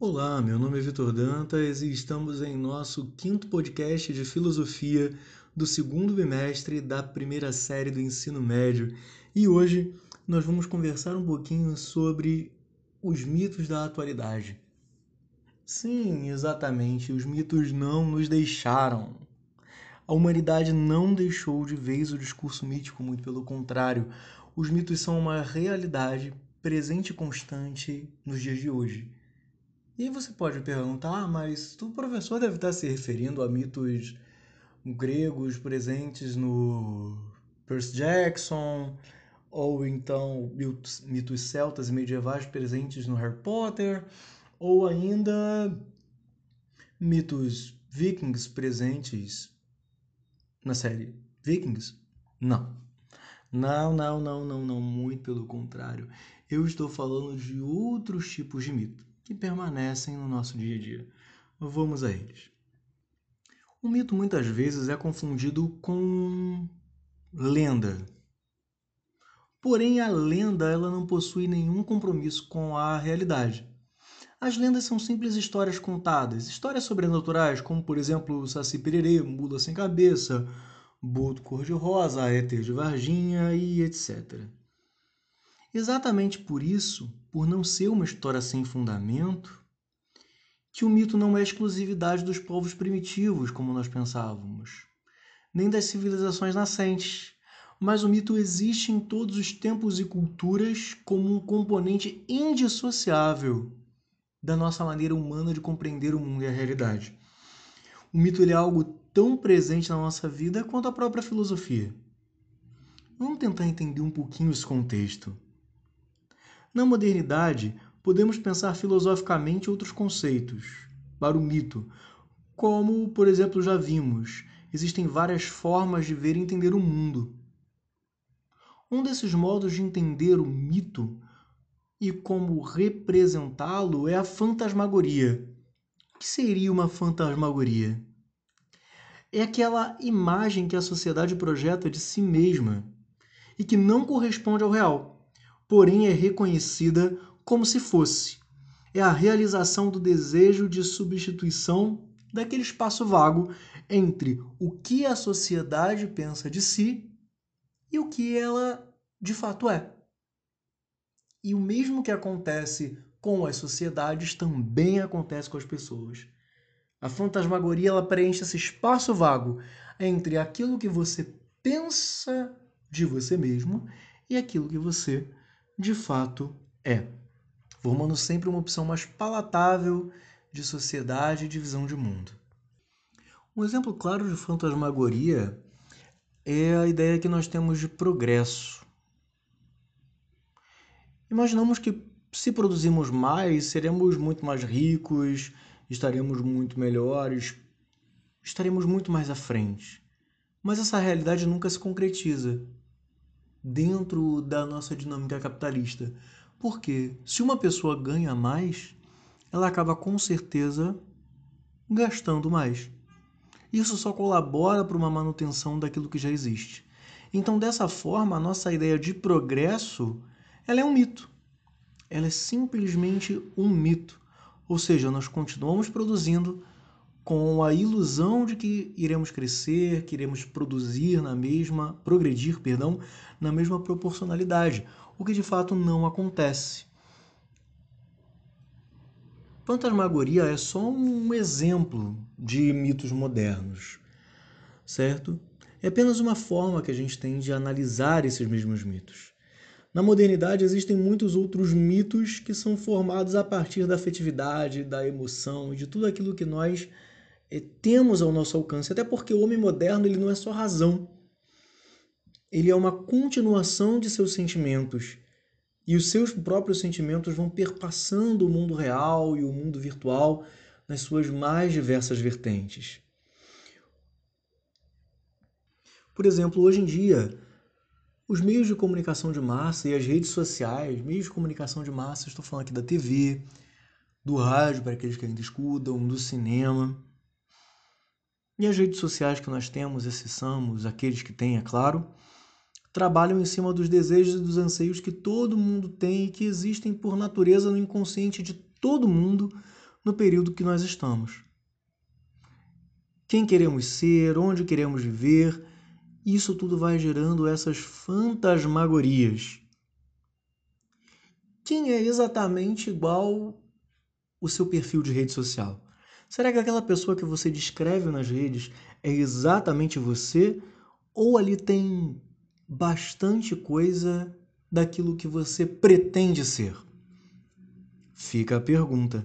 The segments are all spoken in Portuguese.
Olá, meu nome é Vitor Dantas e estamos em nosso quinto podcast de filosofia do segundo bimestre da primeira série do ensino médio. E hoje nós vamos conversar um pouquinho sobre os mitos da atualidade. Sim, exatamente, os mitos não nos deixaram. A humanidade não deixou de vez o discurso mítico, muito pelo contrário. Os mitos são uma realidade presente e constante nos dias de hoje. E aí você pode perguntar, mas o professor deve estar se referindo a mitos gregos presentes no Percy Jackson, ou então mitos celtas e medievais presentes no Harry Potter, ou ainda mitos vikings presentes na série Vikings? Não. Não, muito pelo contrário. Eu estou falando de outros tipos de mito que permanecem no nosso dia a dia. Vamos a eles. O mito muitas vezes é confundido com lenda. Porém, a lenda ela não possui nenhum compromisso com a realidade. As lendas são simples histórias contadas, histórias sobrenaturais, como por exemplo Saci Pererê, Mula Sem Cabeça, Boto Cor-de-Rosa, Éter de Varginha e etc. Exatamente por isso, por não ser uma história sem fundamento, que o mito não é exclusividade dos povos primitivos, como nós pensávamos, nem das civilizações nascentes, mas o mito existe em todos os tempos e culturas como um componente indissociável da nossa maneira humana de compreender o mundo e a realidade. O mito é algo tão presente na nossa vida quanto a própria filosofia. Vamos tentar entender um pouquinho esse contexto. Na modernidade, podemos pensar filosoficamente outros conceitos para o mito, como, por exemplo, já vimos, existem várias formas de ver e entender o mundo. Um desses modos de entender o mito e como representá-lo é a fantasmagoria. O que seria uma fantasmagoria? É aquela imagem que a sociedade projeta de si mesma e que não corresponde ao real, porém é reconhecida como se fosse. É a realização do desejo de substituição daquele espaço vago entre o que a sociedade pensa de si e o que ela de fato é. E o mesmo que acontece com as sociedades também acontece com as pessoas. A fantasmagoria ela preenche esse espaço vago entre aquilo que você pensa de você mesmo e aquilo que você de fato é, formando sempre uma opção mais palatável de sociedade e de visão de mundo. Um exemplo claro de fantasmagoria é a ideia que nós temos de progresso. Imaginamos que se produzirmos mais, seremos muito mais ricos, estaremos muito melhores, estaremos muito mais à frente. Mas essa realidade nunca se concretiza dentro da nossa dinâmica capitalista. Porque se uma pessoa ganha mais, ela acaba com certeza gastando mais. Isso só colabora para uma manutenção daquilo que já existe. Então, dessa forma, a nossa ideia de progresso, ela é um mito. Ela é simplesmente um mito. Ou seja, nós continuamos produzindo com a ilusão de que iremos crescer, que iremos progredir, na mesma proporcionalidade, o que de fato não acontece. Fantasmagoria é só um exemplo de mitos modernos, certo? É apenas uma forma que a gente tem de analisar esses mesmos mitos. Na modernidade existem muitos outros mitos que são formados a partir da afetividade, da emoção e de tudo aquilo que nós temos ao nosso alcance. Até porque o homem moderno ele não é só razão. Ele é uma continuação de seus sentimentos. E os seus próprios sentimentos vão perpassando o mundo real e o mundo virtual nas suas mais diversas vertentes. Por exemplo, hoje em dia, os meios de comunicação de massa e as redes sociais, meios de comunicação de massa, estou falando aqui da TV, do rádio, para aqueles que ainda escutam, do cinema, e as redes sociais que nós temos, acessamos, aqueles que têm, é claro, trabalham em cima dos desejos e dos anseios que todo mundo tem e que existem por natureza no inconsciente de todo mundo no período que nós estamos. Quem queremos ser, onde queremos viver, isso tudo vai gerando essas fantasmagorias. Quem é exatamente igual o seu perfil de rede social? Será que aquela pessoa que você descreve nas redes é exatamente você? Ou ali tem bastante coisa daquilo que você pretende ser? Fica a pergunta.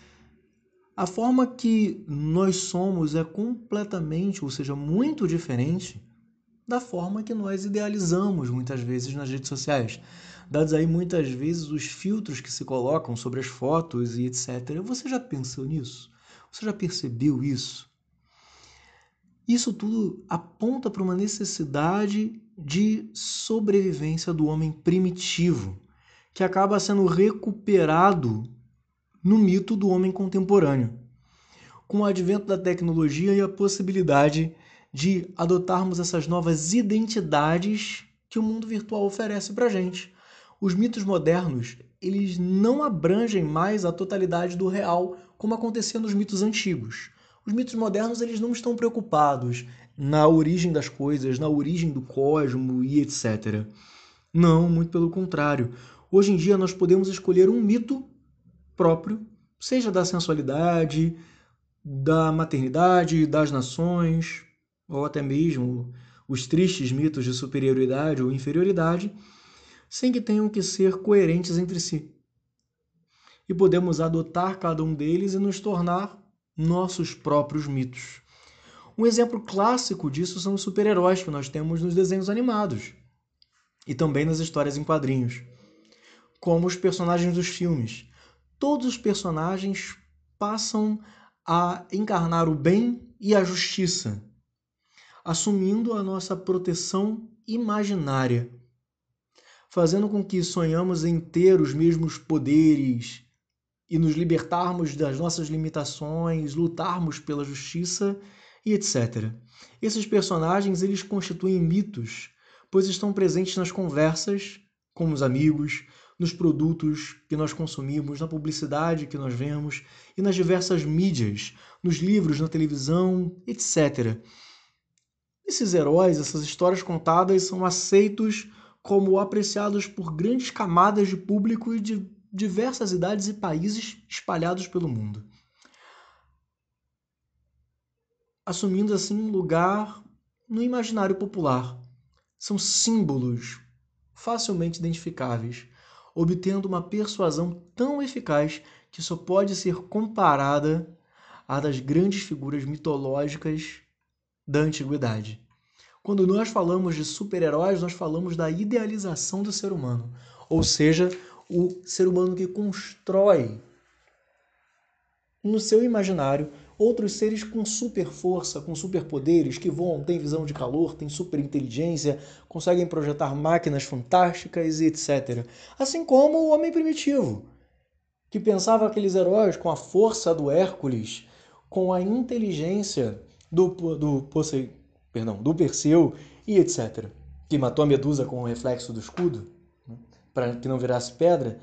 A forma que nós somos é completamente, ou seja, muito diferente da forma que nós idealizamos muitas vezes nas redes sociais. Dados aí muitas vezes os filtros que se colocam sobre as fotos e etc. Você já pensou nisso? Você já percebeu isso? Isso tudo aponta para uma necessidade de sobrevivência do homem primitivo, que acaba sendo recuperado no mito do homem contemporâneo, com o advento da tecnologia e a possibilidade de adotarmos essas novas identidades que o mundo virtual oferece para a gente. Os mitos modernos, eles não abrangem mais a totalidade do real, como acontecia nos mitos antigos. Os mitos modernos, eles não estão preocupados na origem das coisas, na origem do cosmos e etc. Não, muito pelo contrário. Hoje em dia nós podemos escolher um mito próprio, seja da sensualidade, da maternidade, das nações, ou até mesmo os tristes mitos de superioridade ou inferioridade, sem que tenham que ser coerentes entre si. E podemos adotar cada um deles e nos tornar nossos próprios mitos. Um exemplo clássico disso são os super-heróis que nós temos nos desenhos animados e também nas histórias em quadrinhos, como os personagens dos filmes. Todos os personagens passam a encarnar o bem e a justiça, assumindo a nossa proteção imaginária, fazendo com que sonhamos em ter os mesmos poderes e nos libertarmos das nossas limitações, lutarmos pela justiça e etc. Esses personagens, eles constituem mitos, pois estão presentes nas conversas com os amigos, nos produtos que nós consumimos, na publicidade que nós vemos e nas diversas mídias, nos livros, na televisão, etc. Esses heróis, essas histórias contadas são aceitos como apreciados por grandes camadas de público e de diversas idades e países espalhados pelo mundo, assumindo assim um lugar no imaginário popular. São símbolos facilmente identificáveis, obtendo uma persuasão tão eficaz que só pode ser comparada à das grandes figuras mitológicas da antiguidade. Quando nós falamos de super-heróis, nós falamos da idealização do ser humano, ou seja, o ser humano que constrói no seu imaginário outros seres com super força, com superpoderes, que voam, têm visão de calor, têm super inteligência, conseguem projetar máquinas fantásticas e etc. Assim como o homem primitivo, que pensava aqueles heróis com a força do Hércules, com a inteligência do Perseu e etc. Que matou a Medusa com o reflexo do escudo, para que não virasse pedra.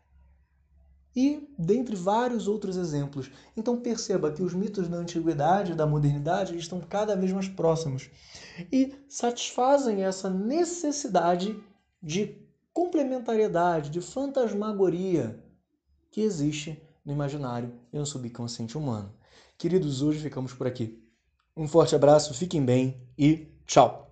E dentre vários outros exemplos. Então perceba que os mitos da antiguidade e da modernidade estão cada vez mais próximos e satisfazem essa necessidade de complementariedade, de fantasmagoria que existe no imaginário e no subconsciente humano. Queridos, hoje ficamos por aqui. Um forte abraço, fiquem bem e tchau!